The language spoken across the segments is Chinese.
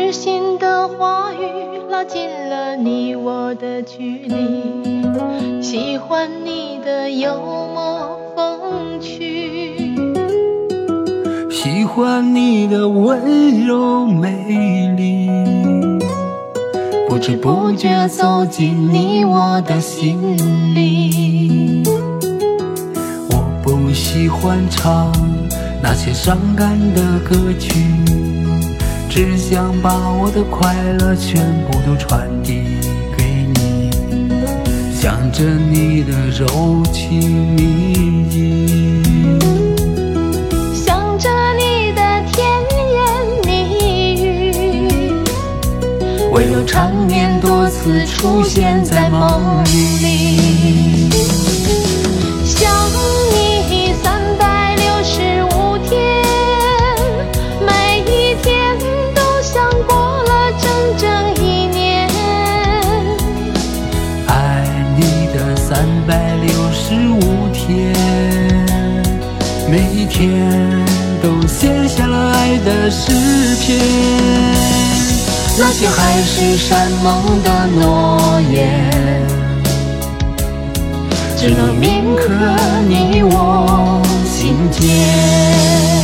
知心的话语拉近了你我的距离，喜欢你的幽默风趣， 喜欢你的温柔美丽，不知不觉走进你我的心里。我不喜欢唱那些伤感的歌曲，只想把我的快乐全部都传递给你，想着你的柔情蜜意， 想着你的甜言蜜语， 唯有缠绵多次出现在梦里。 想你365天，每一天都像过了整整1年。 爱你的365天，每一天都写下了爱的诗篇。那些海誓山盟的诺言，只能铭刻你我心间。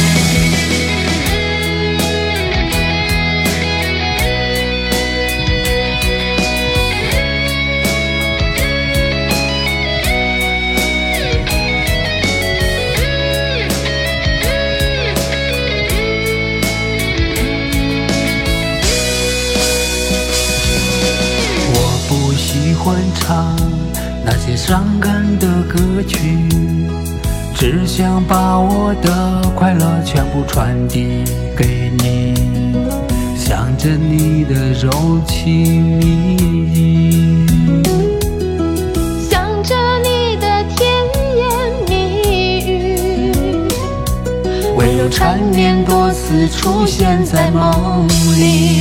喜欢唱那些伤感的歌曲，只想把我的快乐全部传递给你，想着你的柔情蜜意， 想着你的甜言蜜语， 唯有缠绵多次出现在梦里。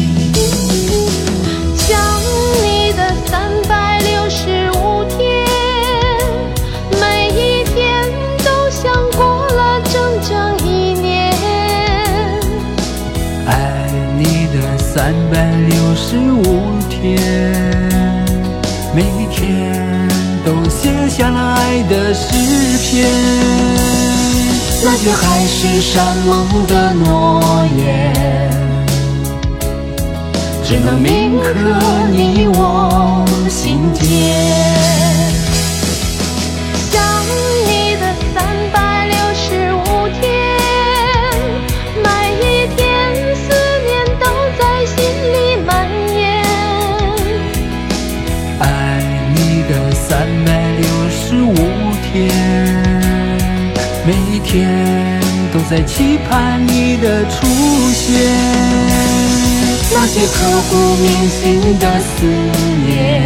365天，每一天都像过了整整1年。 爱你的365天，每一天都写下了爱的诗篇。那些海誓山盟的诺言，只能铭刻你我心间。 想你的365天，每一天思念都在心里蔓延。 爱你的365天，每一天都在期盼你的出现。那些刻骨铭心的思念，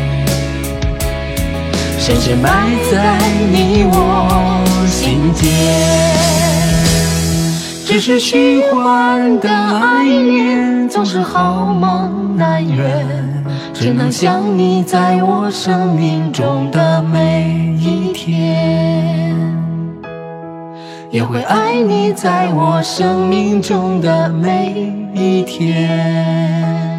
深深埋在你我心间。只是虚幻的爱恋，总是好梦难圆，只能想你在我生命中的每一天，也会爱你在我生命中的每一天。